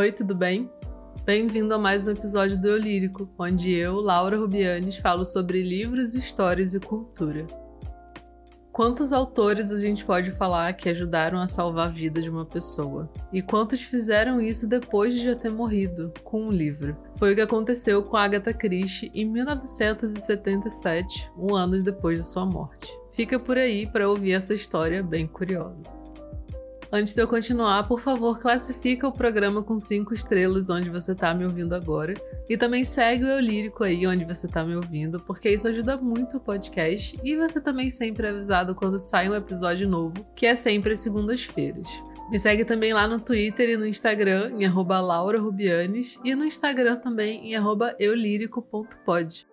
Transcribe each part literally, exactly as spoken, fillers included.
Oi, tudo bem? Bem-vindo a mais um episódio do Eu Lírico, onde eu, Laura Rubianes, falo sobre livros, histórias e cultura. Quantos autores a gente pode falar que ajudaram a salvar a vida de uma pessoa? E quantos fizeram isso depois de já ter morrido, com um livro? Foi o que aconteceu com Agatha Christie em mil novecentos e setenta e sete, um ano depois de sua morte. Fica por aí para ouvir essa história bem curiosa. Antes de eu continuar, por favor, classifica o programa com cinco estrelas onde você está me ouvindo agora. E também segue o Eu Lírico aí onde você está me ouvindo, porque isso ajuda muito o podcast e você também sempre é avisado quando sai um episódio novo, que é sempre às segundas-feiras. Me segue também lá no Twitter e no Instagram, em arroba Laura Rubianes, e no Instagram também, em arroba eulírico ponto pod.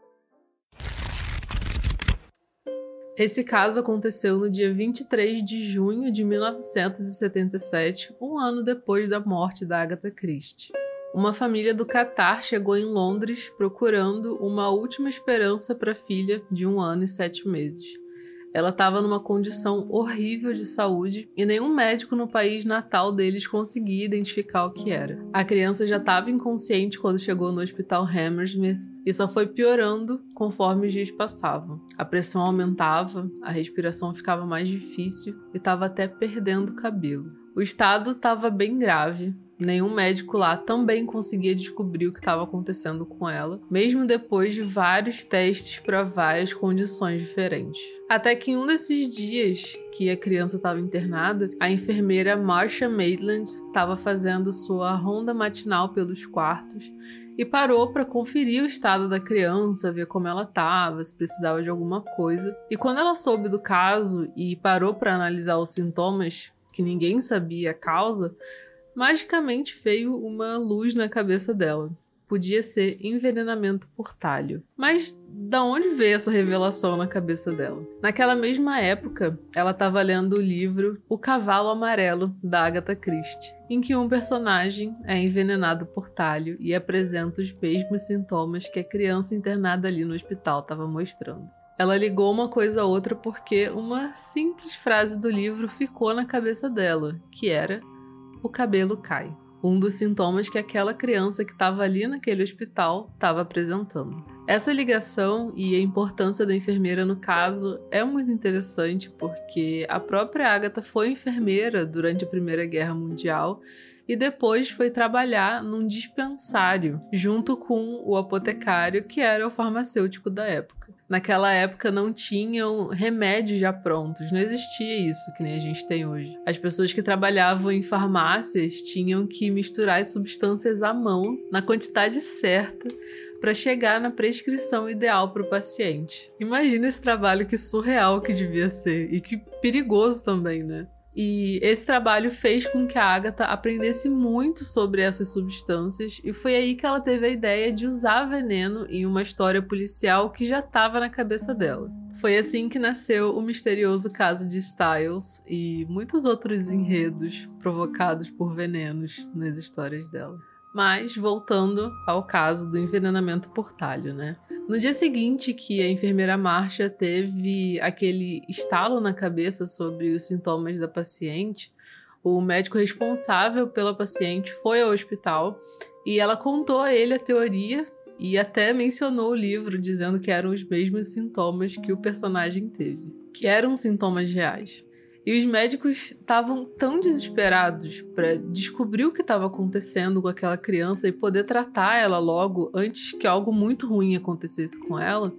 Esse caso aconteceu no dia vinte e três de junho de mil novecentos e setenta e sete, um ano depois da morte da Agatha Christie. Uma família do Catar chegou em Londres procurando uma última esperança para a filha de um ano e sete meses. Ela estava numa condição horrível de saúde e nenhum médico no país natal deles conseguia identificar o que era. A criança já estava inconsciente quando chegou no hospital Hammersmith e só foi piorando conforme os dias passavam. A pressão aumentava, a respiração ficava mais difícil e estava até perdendo o cabelo. O estado estava bem grave. Nenhum médico lá também conseguia descobrir o que estava acontecendo com ela, mesmo depois de vários testes para várias condições diferentes. Até que em um desses dias que a criança estava internada, a enfermeira Marcia Maitland estava fazendo sua ronda matinal pelos quartos e parou para conferir o estado da criança, ver como ela estava, se precisava de alguma coisa. E quando ela soube do caso e parou para analisar os sintomas, que ninguém sabia a causa, magicamente veio uma luz na cabeça dela. Podia ser envenenamento por talho. Mas da onde veio essa revelação na cabeça dela? Naquela mesma época, ela estava lendo o livro O Cavalo Amarelo, da Agatha Christie, em que um personagem é envenenado por talho e apresenta os mesmos sintomas que a criança internada ali no hospital estava mostrando. Ela ligou uma coisa a outra porque uma simples frase do livro ficou na cabeça dela, que era: o cabelo cai. Um dos sintomas que aquela criança que estava ali naquele hospital estava apresentando. Essa ligação e a importância da enfermeira no caso é muito interessante porque a própria Agatha foi enfermeira durante a Primeira Guerra Mundial e depois foi trabalhar num dispensário junto com o apotecário, que era o farmacêutico da época. Naquela época não tinham remédios já prontos, não existia isso que nem a gente tem hoje. As pessoas que trabalhavam em farmácias tinham que misturar as substâncias à mão, na quantidade certa, para chegar na prescrição ideal para o paciente. Imagina esse trabalho, que surreal que devia ser e que perigoso também, né? E esse trabalho fez com que a Agatha aprendesse muito sobre essas substâncias e foi aí que ela teve a ideia de usar veneno em uma história policial que já estava na cabeça dela. Foi assim que nasceu o misterioso caso de Styles e muitos outros enredos provocados por venenos nas histórias dela. Mas, voltando ao caso do envenenamento por talho, né? No dia seguinte que a enfermeira Marcia teve aquele estalo na cabeça sobre os sintomas da paciente, o médico responsável pela paciente foi ao hospital e ela contou a ele a teoria e até mencionou o livro, dizendo que eram os mesmos sintomas que o personagem teve, que eram sintomas reais. E os médicos estavam tão desesperados para descobrir o que estava acontecendo com aquela criança e poder tratar ela logo antes que algo muito ruim acontecesse com ela,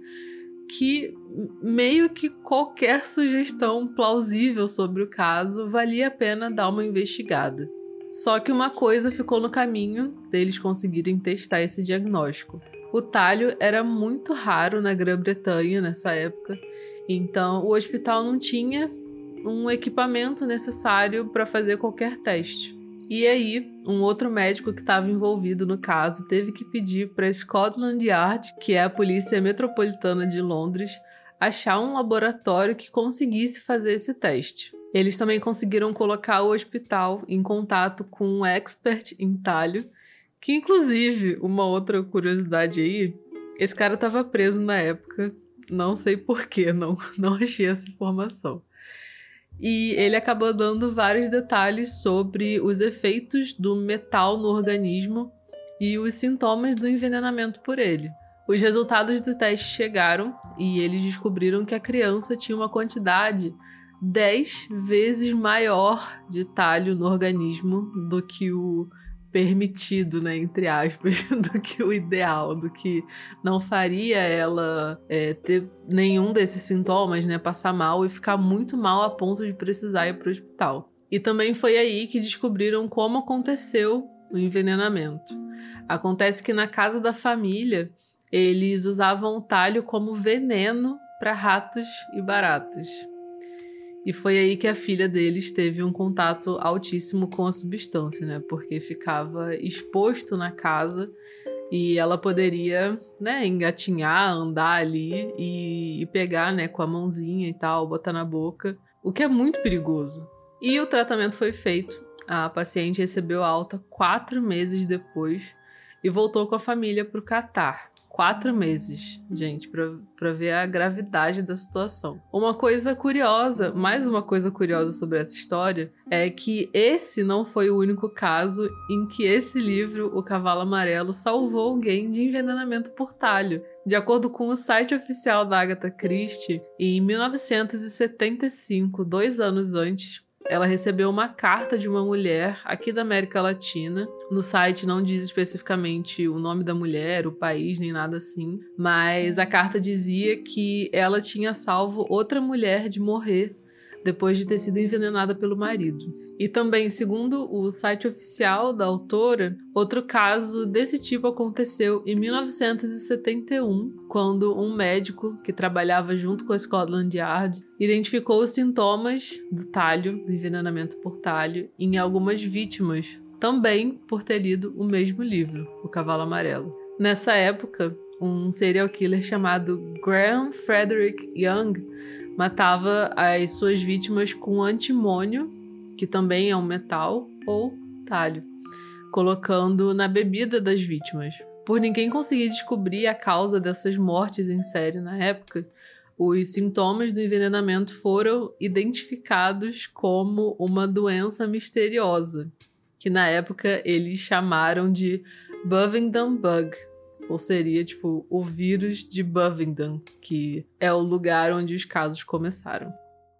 que meio que qualquer sugestão plausível sobre o caso valia a pena dar uma investigada. Só que uma coisa ficou no caminho deles conseguirem testar esse diagnóstico. O talho era muito raro na Grã-Bretanha nessa época, então o hospital não tinha um equipamento necessário para fazer qualquer teste. E aí, um outro médico que estava envolvido no caso teve que pedir para a Scotland Yard, que é a polícia metropolitana de Londres, achar um laboratório que conseguisse fazer esse teste. Eles também conseguiram colocar o hospital em contato com um expert em talho, que inclusive, uma outra curiosidade aí, esse cara estava preso na época, não sei porquê, não, não achei essa informação. E ele acabou dando vários detalhes sobre os efeitos do metal no organismo e os sintomas do envenenamento por ele. Os resultados do teste chegaram e eles descobriram que a criança tinha uma quantidade dez vezes maior de talho no organismo do que o permitido, né, entre aspas, do que o ideal, do que não faria ela é, ter nenhum desses sintomas, né, passar mal e ficar muito mal a ponto de precisar ir para o hospital. E também foi aí que descobriram como aconteceu o envenenamento. Acontece que na casa da família, eles usavam o talho como veneno para ratos e baratas. E foi aí que a filha deles teve um contato altíssimo com a substância, né? Porque ficava exposto na casa e ela poderia, né, engatinhar, andar ali e, e pegar, né, com a mãozinha e tal, botar na boca, o que é muito perigoso. E o tratamento foi feito. A paciente recebeu alta quatro meses depois e voltou com a família para o Catar. Quatro meses, gente, pra, pra ver a gravidade da situação. Uma coisa curiosa, mais uma coisa curiosa sobre essa história, é que esse não foi o único caso em que esse livro, O Cavalo Amarelo, salvou alguém de envenenamento por talho. De acordo com o site oficial da Agatha Christie, em mil novecentos e setenta e cinco, dois anos antes, ela recebeu uma carta de uma mulher aqui da América Latina. No site não diz especificamente o nome da mulher, o país, nem nada assim. Mas a carta dizia que ela tinha salvo outra mulher de morrer depois de ter sido envenenada pelo marido. E também, segundo o site oficial da autora, outro caso desse tipo aconteceu em mil novecentos e setenta e um, quando um médico que trabalhava junto com a Scotland Yard identificou os sintomas do talho, do envenenamento por talho, em algumas vítimas, também por ter lido o mesmo livro, O Cavalo Amarelo. Nessa época, um serial killer chamado Graham Frederick Young matava as suas vítimas com antimônio, que também é um metal, ou talho, colocando na bebida das vítimas. Por ninguém conseguir descobrir a causa dessas mortes em série na época, os sintomas do envenenamento foram identificados como uma doença misteriosa, que na época eles chamaram de Bovingdon Bug, ou seria, tipo, o vírus de Bovingdon, que é o lugar onde os casos começaram.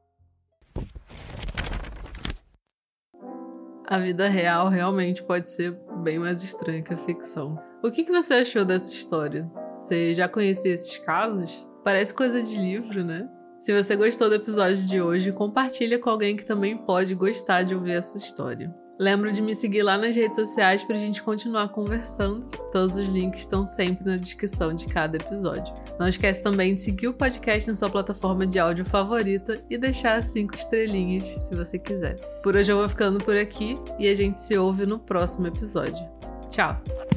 A vida real realmente pode ser bem mais estranha que a ficção. O que, que você achou dessa história? Você já conhecia esses casos? Parece coisa de livro, né? Se você gostou do episódio de hoje, compartilha com alguém que também pode gostar de ouvir essa história. Lembra de me seguir lá nas redes sociais pra gente continuar conversando. Todos os links estão sempre na descrição de cada episódio. Não esquece também de seguir o podcast na sua plataforma de áudio favorita e deixar cinco estrelinhas se você quiser. Por hoje eu vou ficando por aqui e a gente se ouve no próximo episódio. Tchau!